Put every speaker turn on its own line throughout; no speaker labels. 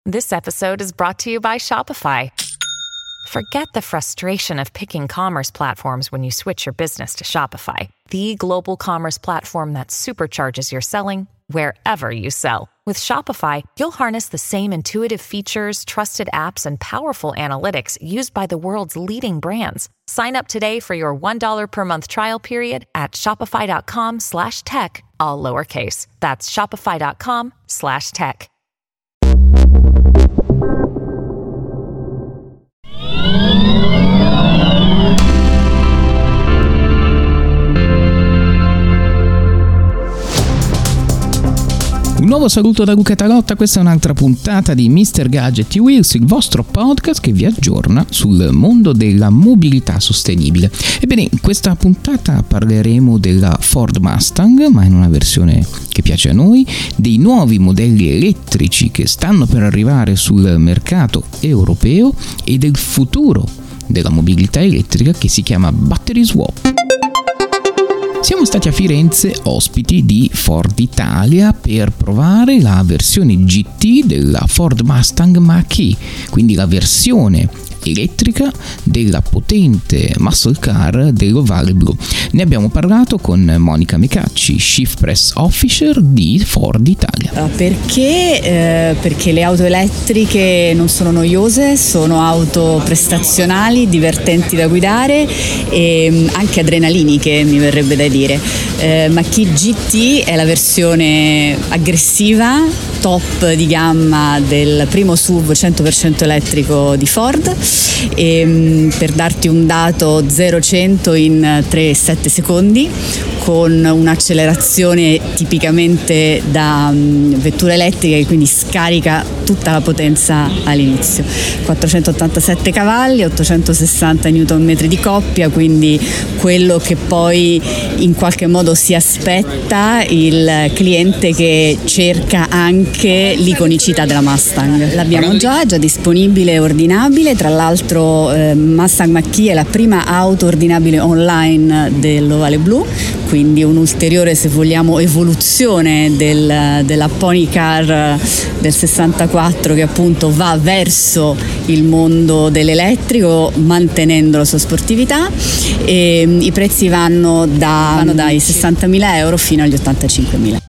This episode is brought to you by Shopify. Forget the frustration of picking commerce platforms when you switch your business to Shopify, the global commerce platform that supercharges your selling wherever you sell. With Shopify, you'll harness the same intuitive features, trusted apps, and powerful analytics used by the world's leading brands. Sign up today for your $1 per month trial period at shopify.com/tech, all lowercase. That's shopify.com/tech.
Un nuovo saluto da Luca Tarotta, questa è un'altra puntata di Mr. Gadget Wheels, il vostro podcast che vi aggiorna sul mondo della mobilità sostenibile. Ebbene, in questa puntata parleremo della Ford Mustang, ma in una versione che piace a noi, dei nuovi modelli elettrici che stanno per arrivare sul mercato europeo e del futuro della mobilità elettrica che si chiama Battery Swap. Siamo stati a Firenze ospiti di Ford Italia per provare la versione GT della Ford Mustang Mach-E, quindi la versione elettrica della potente muscle car dell'Ovale Blu. Ne abbiamo parlato con Monica Mecacci, Chief Press Officer di Ford Italia.
Perché le auto elettriche non sono noiose, sono auto prestazionali, divertenti da guidare e anche adrenaliniche, mi verrebbe da dire. Mach-E GT è la versione aggressiva, top di gamma del primo SUV 100% elettrico di Ford. E, per darti un dato, 0-100 in 3,7 secondi, con un'accelerazione tipicamente da vettura elettrica che quindi scarica tutta la potenza all'inizio. 487 cavalli, 860 Nm di coppia, quindi quello che poi in qualche modo si aspetta il cliente che cerca anche l'iconicità della Mustang. L'abbiamo già disponibile e ordinabile, tra l'altro Mustang Mach-E è la prima auto ordinabile online dell'Ovale Blu, quindi un'ulteriore, se vogliamo, evoluzione della pony car del 64 che appunto va verso il mondo dell'elettrico mantenendo la sua sportività, e i prezzi vanno dai 60.000 euro fino agli 85.000.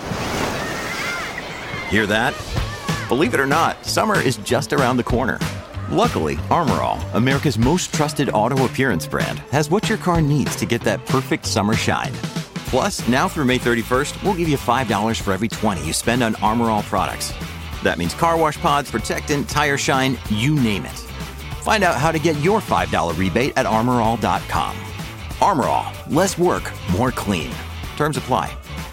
Hear that? Believe it or not, summer is just around the corner. Luckily, Armor All, America's most trusted auto appearance brand, has what your car needs to get that perfect summer shine. Plus, now through May 31st, we'll give you $5 for every $20 you spend on Armor All products. That means car wash pods, protectant, tire shine, you name it. Find out how to get your $5 rebate at armorall.com. Armor All, less work, more clean. Terms apply.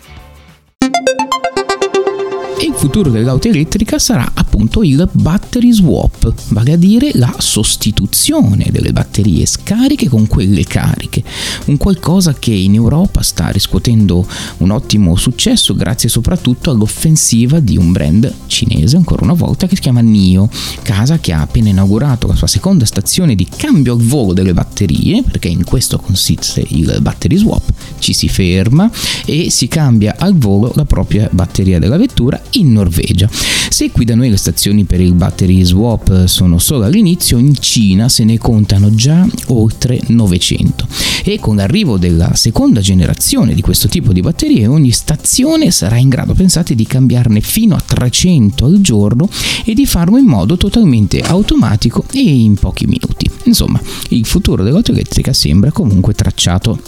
E il futuro dell'auto elettrica sarà appunto il battery swap, vale a dire la sostituzione delle batterie scariche con quelle cariche, un qualcosa che in Europa sta riscuotendo un ottimo successo grazie soprattutto all'offensiva di un brand cinese, ancora una volta, che si chiama NIO, casa che ha appena inaugurato la sua seconda stazione di cambio al volo delle batterie, perché in questo consiste il battery swap: ci si ferma e si cambia al volo la propria batteria della vettura in Norvegia. Se qui da noi le stazioni per il battery swap sono solo all'inizio, in Cina se ne contano già oltre 900, e con l'arrivo della seconda generazione di questo tipo di batterie ogni stazione sarà in grado, pensate, di cambiarne fino a 300 al giorno e di farlo in modo totalmente automatico e in pochi minuti. Insomma, il futuro dell'auto elettrica sembra comunque tracciato.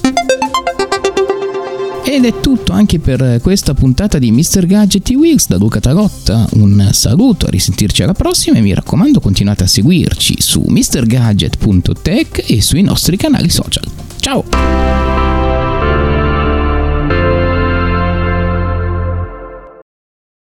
Ed è tutto anche per questa puntata di Mr. Gadget Wheels. Da Luca Tarotta un saluto, a risentirci alla prossima, e mi raccomando continuate a seguirci su mrgadget.tech e sui nostri canali social. Ciao!